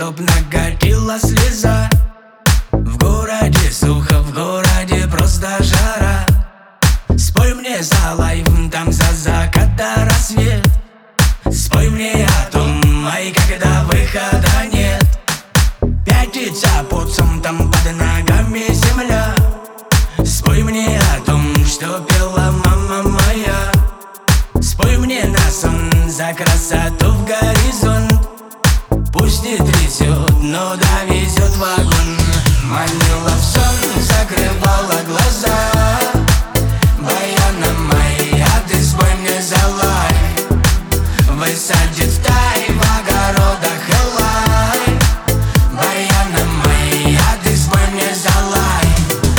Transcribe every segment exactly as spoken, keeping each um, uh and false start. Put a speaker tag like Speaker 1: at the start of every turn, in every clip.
Speaker 1: чтоб накатила слеза. В городе сухо, в городе просто жара. Спой мне за лайф, там за закат до рассвет. Спой мне о том, ай, когда выхода нет. Пятится путцем, там под ногами земля. Спой мне о том, что пела мама моя. Спой мне на сон за красоту в горизонт. Пусть не трясет, но довезет вагон. Манила в сон, закрывала глаза. Баяна моя, ты спой мне за лайф. Высадит в тай, в огородах элай. Баяна моя, ты спой мне за лайф.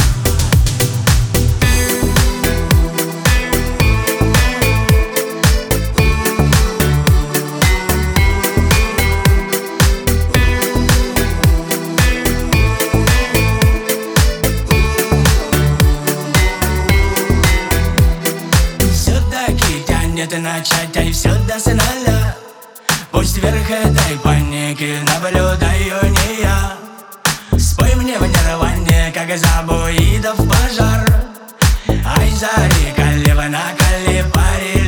Speaker 1: Нет начать, ай, все до сналя. Пусть вверх этой паники наблюдаю не я. Спой мне в нирване, как забуидов пожар. Ай, зари, кали, на кали, пари.